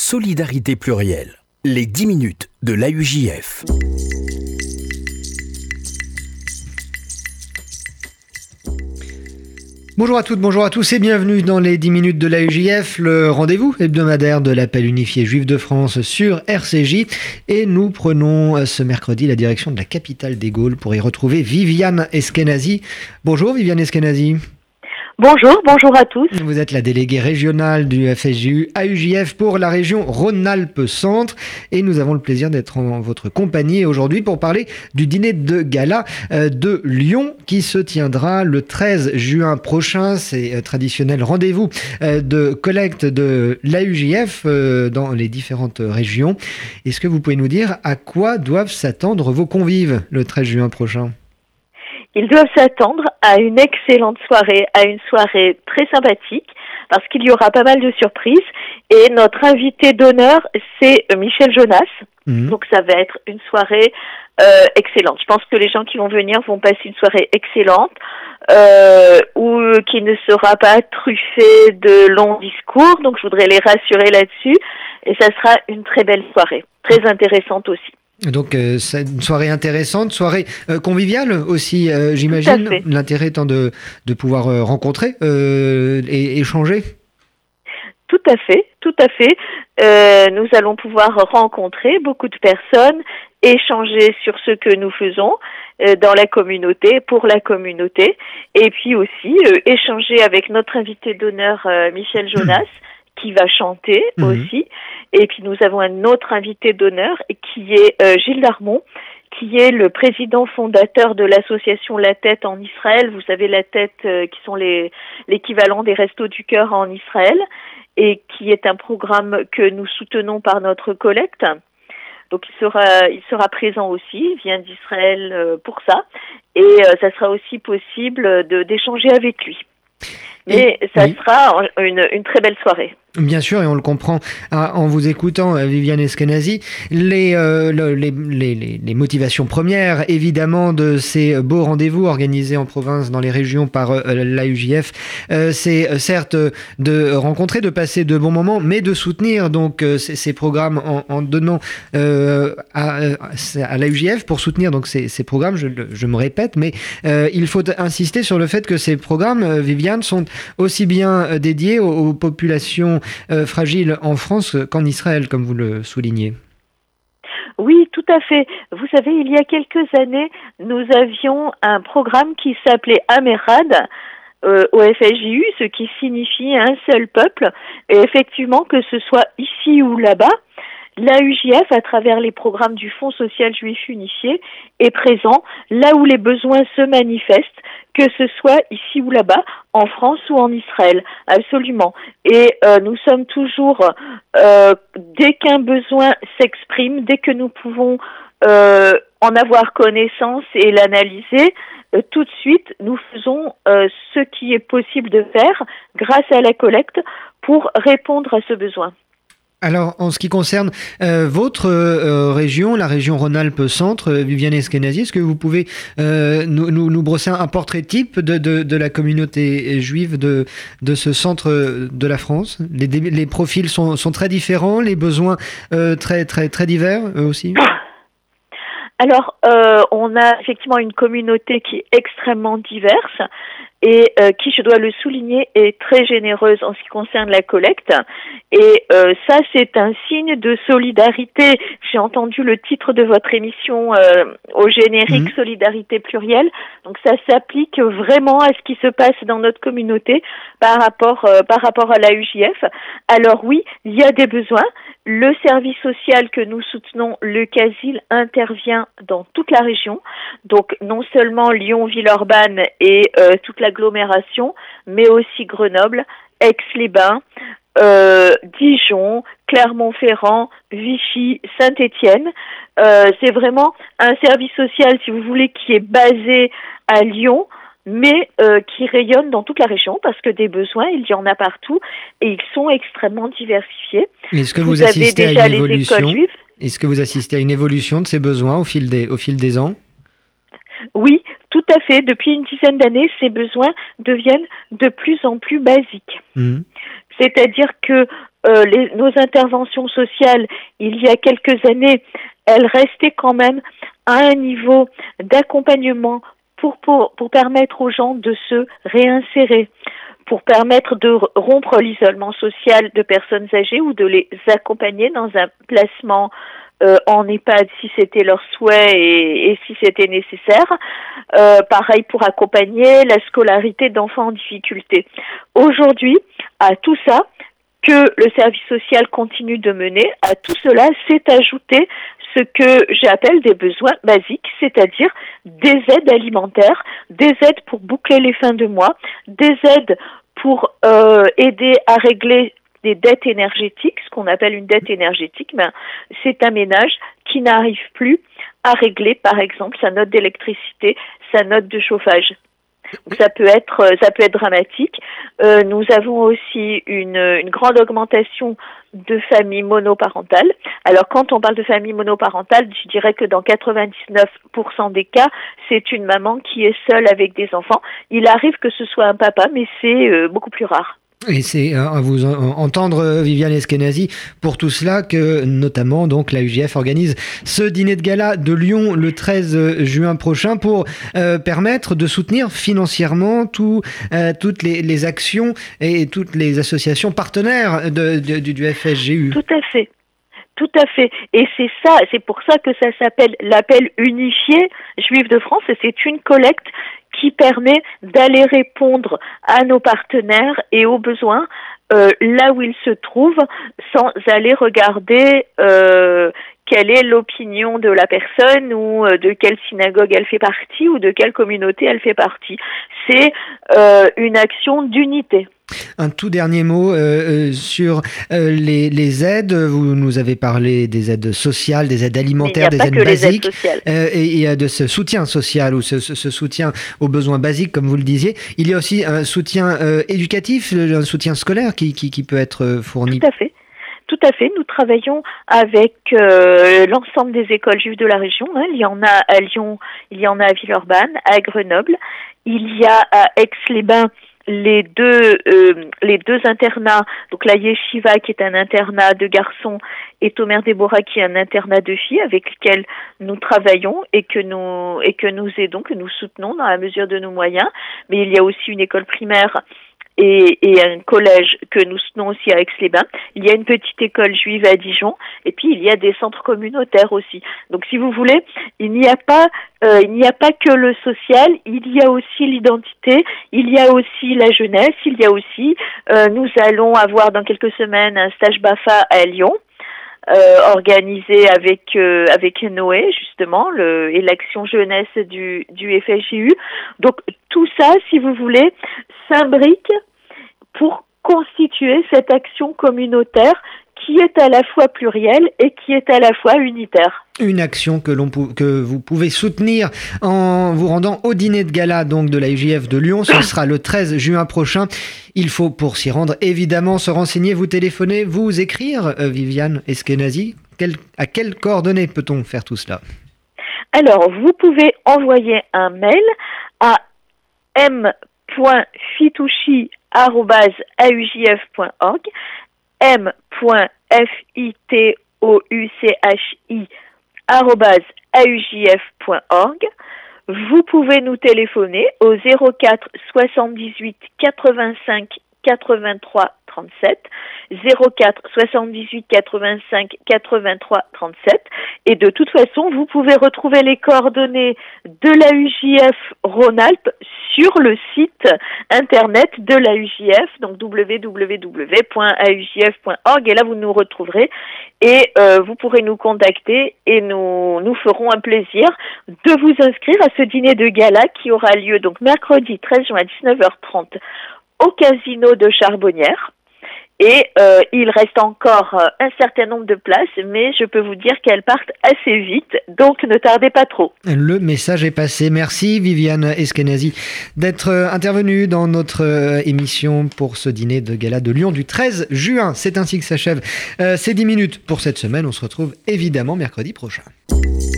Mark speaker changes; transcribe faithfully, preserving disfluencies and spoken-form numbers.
Speaker 1: Solidarité plurielle, les dix minutes de l'A U J F.
Speaker 2: Bonjour à toutes, bonjour à tous et bienvenue dans les dix minutes de l'A U J F, le rendez-vous hebdomadaire de l'appel unifié juif de France sur R C J. Et nous prenons ce mercredi la direction de la capitale des Gaules pour y retrouver Viviane Eskenazi. Bonjour Viviane Eskenazi.
Speaker 3: Bonjour, bonjour à tous.
Speaker 2: Vous êtes la déléguée régionale du F S J U A U J F pour la région Rhône-Alpes Centre et nous avons le plaisir d'être en votre compagnie aujourd'hui pour parler du dîner de gala de Lyon qui se tiendra le treize juin prochain. C'est un traditionnel rendez-vous de collecte de l'A U J F dans les différentes régions. Est-ce que vous pouvez nous dire à quoi doivent s'attendre vos convives le treize juin prochain ?
Speaker 3: Ils doivent s'attendre à une excellente soirée, à une soirée très sympathique, parce qu'il y aura pas mal de surprises. Et notre invité d'honneur, c'est Michel Jonas. Mmh. Donc ça va être une soirée euh, excellente. Je pense que les gens qui vont venir vont passer une soirée excellente, euh, ou qui ne sera pas truffée de longs discours. Donc je voudrais les rassurer là-dessus. Et ça sera une très belle soirée, très intéressante aussi.
Speaker 2: Donc euh, c'est une soirée intéressante, soirée euh, conviviale aussi, euh, j'imagine. L'intérêt étant de, de pouvoir euh, rencontrer euh, et échanger.
Speaker 3: Tout à fait, tout à fait. Euh, nous allons pouvoir rencontrer beaucoup de personnes, échanger sur ce que nous faisons euh, dans la communauté, pour la communauté, et puis aussi euh, échanger avec notre invité d'honneur euh, Michel Jonas, qui va chanter mmh. aussi. Et puis nous avons un autre invité d'honneur qui est euh, Gilles Darmon, qui est le président fondateur de l'association La Tête en Israël. Vous savez, La Tête, euh, qui sont les l'équivalent des Restos du Cœur en Israël, et qui est un programme que nous soutenons par notre collecte. Donc il sera il sera présent aussi, il vient d'Israël euh, pour ça, et euh, ça sera aussi possible de d'échanger avec lui. Mais et, ça oui. sera une, une très belle soirée.
Speaker 2: Bien sûr, et on le comprend en vous écoutant, Viviane Eskenazi, les, euh, les, les, les motivations premières, évidemment, de ces beaux rendez-vous organisés en province, dans les régions par euh, l'A U J F, euh, c'est certes de rencontrer, de passer de bons moments, mais de soutenir donc euh, ces, ces programmes en, en donnant euh, à, à l'A U J F pour soutenir donc ces, ces programmes. Je, je me répète, mais euh, il faut insister sur le fait que ces programmes, Viviane, sont aussi bien dédiés aux, aux populations Euh, fragile en France qu'en Israël, comme vous le soulignez.
Speaker 3: Oui, tout à fait. Vous savez, il y a quelques années, nous avions un programme qui s'appelait Amerad euh, au F S J U, ce qui signifie un seul peuple. Et effectivement, que ce soit ici ou là-bas, l'A U J F, à travers les programmes du Fonds social juif unifié, est présent là où les besoins se manifestent, que ce soit ici ou là-bas, en France ou en Israël, absolument. Et euh, nous sommes toujours, euh, dès qu'un besoin s'exprime, dès que nous pouvons euh, en avoir connaissance et l'analyser, euh, tout de suite, nous faisons euh, ce qui est possible de faire grâce à la collecte pour répondre à ce besoin.
Speaker 2: Alors, en ce qui concerne euh, votre euh, région, la région Rhône-Alpes Centre, euh, Viviane Eskenazi, est-ce que vous pouvez euh, nous, nous, nous brosser un portrait type de, de, de la communauté juive de, de ce centre de la France ? Les, les profils sont, sont très différents, les besoins euh, très, très, très divers eux aussi ?
Speaker 3: Alors, euh, on a effectivement une communauté qui est extrêmement diverse et euh, qui, je dois le souligner, est très généreuse en ce qui concerne la collecte. Et euh, ça, c'est un signe de solidarité. J'ai entendu le titre de votre émission euh, au générique mmh. Solidarité plurielle. Donc ça s'applique vraiment à ce qui se passe dans notre communauté par rapport euh, par rapport à l'A U J F. Alors oui, il y a des besoins. Le service social que nous soutenons, le CASIL, intervient dans toute la région. Donc non seulement Lyon, Villeurbanne et euh, toute l'agglomération, mais aussi Grenoble, Aix-les-Bains, euh, Dijon, Clermont-Ferrand, Vichy, Saint-Étienne. Euh, c'est vraiment un service social, si vous voulez, qui est basé à Lyon, mais euh, qui rayonne dans toute la région, parce que des besoins, il y en a partout, et ils sont extrêmement diversifiés.
Speaker 2: Est-ce que vous, vous assistez à une évolution Est-ce que vous assistez à une évolution de ces besoins au fil des, au fil des ans ?
Speaker 3: Oui, tout à fait. Depuis une dizaine d'années, ces besoins deviennent de plus en plus basiques. Mmh. C'est-à-dire que euh, les, nos interventions sociales, il y a quelques années, elles restaient quand même à un niveau d'accompagnement pour, pour, pour permettre aux gens de se réinsérer, pour permettre de rompre l'isolement social de personnes âgées ou de les accompagner dans un placement euh, en EHPAD si c'était leur souhait et, et si c'était nécessaire. Euh, pareil pour accompagner la scolarité d'enfants en difficulté. Aujourd'hui, à tout ça, que le service social continue de mener, à tout cela s'est ajouté ce que j'appelle des besoins basiques, c'est-à-dire des aides alimentaires, des aides pour boucler les fins de mois, des aides pour euh, aider à régler des dettes énergétiques. Ce qu'on appelle une dette énergétique, ben, c'est un ménage qui n'arrive plus à régler, par exemple, sa note d'électricité, sa note de chauffage. Ça peut être, ça peut être dramatique. Euh, nous avons aussi une, une grande augmentation de familles monoparentales. Alors, quand on parle de familles monoparentales, je dirais que dans quatre-vingt-dix-neuf pour cent des cas, c'est une maman qui est seule avec des enfants. Il arrive que ce soit un papa, mais c'est euh, beaucoup plus rare.
Speaker 2: Et c'est à vous entendre, Viviane Eskenazi, pour tout cela que notamment donc la U J F organise ce dîner de gala de Lyon le treize juin prochain pour euh, permettre de soutenir financièrement tout, euh, toutes les, les actions et toutes les associations partenaires de, de, du, du F S G U.
Speaker 3: Tout à fait. Tout à fait. Et c'est ça, c'est pour ça que ça s'appelle l'appel unifié Juifs de France, et c'est une collecte qui permet d'aller répondre à nos partenaires et aux besoins euh, là où ils se trouvent, sans aller regarder euh, quelle est l'opinion de la personne ou euh, de quelle synagogue elle fait partie ou de quelle communauté elle fait partie. C'est euh, une action d'unité.
Speaker 2: Un tout dernier mot euh, sur euh, les, les aides. Vous nous avez parlé des aides sociales, des aides alimentaires, des aides basiques
Speaker 3: aides
Speaker 2: euh, et, et de ce soutien social ou ce, ce, ce soutien aux besoins basiques, comme vous le disiez. Il y a aussi un soutien euh, éducatif, un soutien scolaire qui, qui, qui peut être fourni.
Speaker 3: Tout à fait. Tout à fait. Nous travaillons avec euh, l'ensemble des écoles juives de la région. Hein. Il y en a à Lyon, il y en a à Villeurbanne, à Grenoble. Il y a à Aix-les-Bains les deux euh, les deux internats, donc la Yeshiva qui est un internat de garçons et Tomer Deborah qui est un internat de filles avec lequel nous travaillons et que nous et que nous aidons, que nous soutenons dans la mesure de nos moyens. Mais il y a aussi une école primaire et, et un collège que nous soutenons aussi à Aix-les-Bains. Il y a une petite école juive à Dijon et puis il y a des centres communautaires aussi. Donc si vous voulez, il n'y a pas euh, il n'y a pas que le social, il y a aussi l'identité, il y a aussi la jeunesse, il y a aussi euh, nous allons avoir dans quelques semaines un stage BAFA à Lyon. Euh, organisé avec euh, avec Noé justement le, et l'action jeunesse du du F S G U. Donc tout ça, si vous voulez, s'imbrique pour constituer cette action communautaire qui est à la fois plurielle et qui est à la fois unitaire.
Speaker 2: Une action que, l'on pou- que vous pouvez soutenir en vous rendant au dîner de gala donc, de la U J F de Lyon. Ce sera le treize juin prochain. Il faut pour s'y rendre évidemment se renseigner, vous téléphoner, vous écrire, euh, Viviane Eskenazi. Quel, à quelles coordonnées peut-on faire tout cela ?
Speaker 3: Alors, vous pouvez envoyer un mail à m point fitouchi arobase a u j f point org m point fitouchi arobase a u j f point org. Vous pouvez nous téléphoner au zéro quatre soixante-dix-huit quatre-vingt-cinq quatre-vingt-trois trente-sept, zéro quatre soixante-dix-huit quatre-vingt-cinq quatre-vingt-trois trente-sept. Et de toute façon, vous pouvez retrouver les coordonnées de la U J F Rhône-Alpes sur le site internet de la U J F, donc w w w point a u j f point org. Et là, vous nous retrouverez et euh, vous pourrez nous contacter et nous nous ferons un plaisir de vous inscrire à ce dîner de gala qui aura lieu donc mercredi treize juin à dix-neuf heures trente au Casino de Charbonnières. Et euh, il reste encore euh, un certain nombre de places, mais je peux vous dire qu'elles partent assez vite, donc ne tardez pas trop.
Speaker 2: Le message est passé. Merci Viviane Eskenazi d'être euh, intervenue dans notre euh, émission pour ce dîner de gala de Lyon du treize juin. C'est ainsi que s'achève euh, ces dix minutes pour cette semaine. On se retrouve évidemment mercredi prochain.